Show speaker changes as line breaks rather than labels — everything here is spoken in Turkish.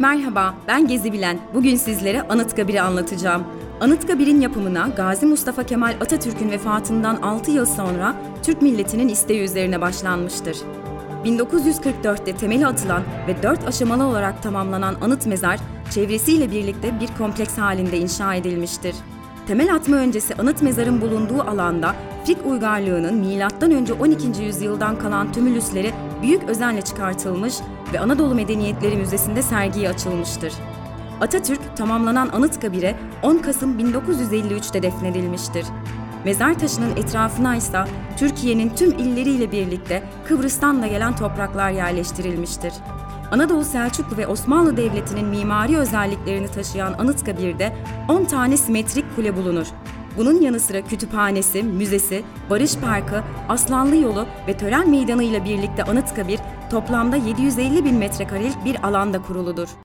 Merhaba, ben Gezi Bilen. Bugün sizlere Anıtkabir'i anlatacağım. Anıtkabir'in yapımına Gazi Mustafa Kemal Atatürk'ün vefatından 6 yıl sonra Türk milletinin isteği üzerine başlanmıştır. 1944'te temeli atılan ve 4 aşamalı olarak tamamlanan anıt mezar, çevresiyle birlikte bir kompleks halinde inşa edilmiştir. Temel atma öncesi anıt mezarın bulunduğu alanda Frig uygarlığının M.Ö. 12. yüzyıldan kalan tümülüsleri büyük özenle çıkartılmış ve Anadolu Medeniyetleri Müzesi'nde sergiye açılmıştır. Atatürk tamamlanan Anıtkabir'e 10 Kasım 1953'te defnedilmiştir. Mezar taşının etrafına ise Türkiye'nin tüm illeriyle birlikte Kıbrıs'tan da gelen topraklar yerleştirilmiştir. Anadolu Selçuklu ve Osmanlı Devleti'nin mimari özelliklerini taşıyan Anıtkabir'de 10 tane simetrik kule bulunur. Bunun yanı sıra kütüphanesi, müzesi, Barış Parkı, Aslanlı Yolu ve tören meydanı ile birlikte Anıtkabir toplamda 750 bin metrekarelik bir alanda kuruludur.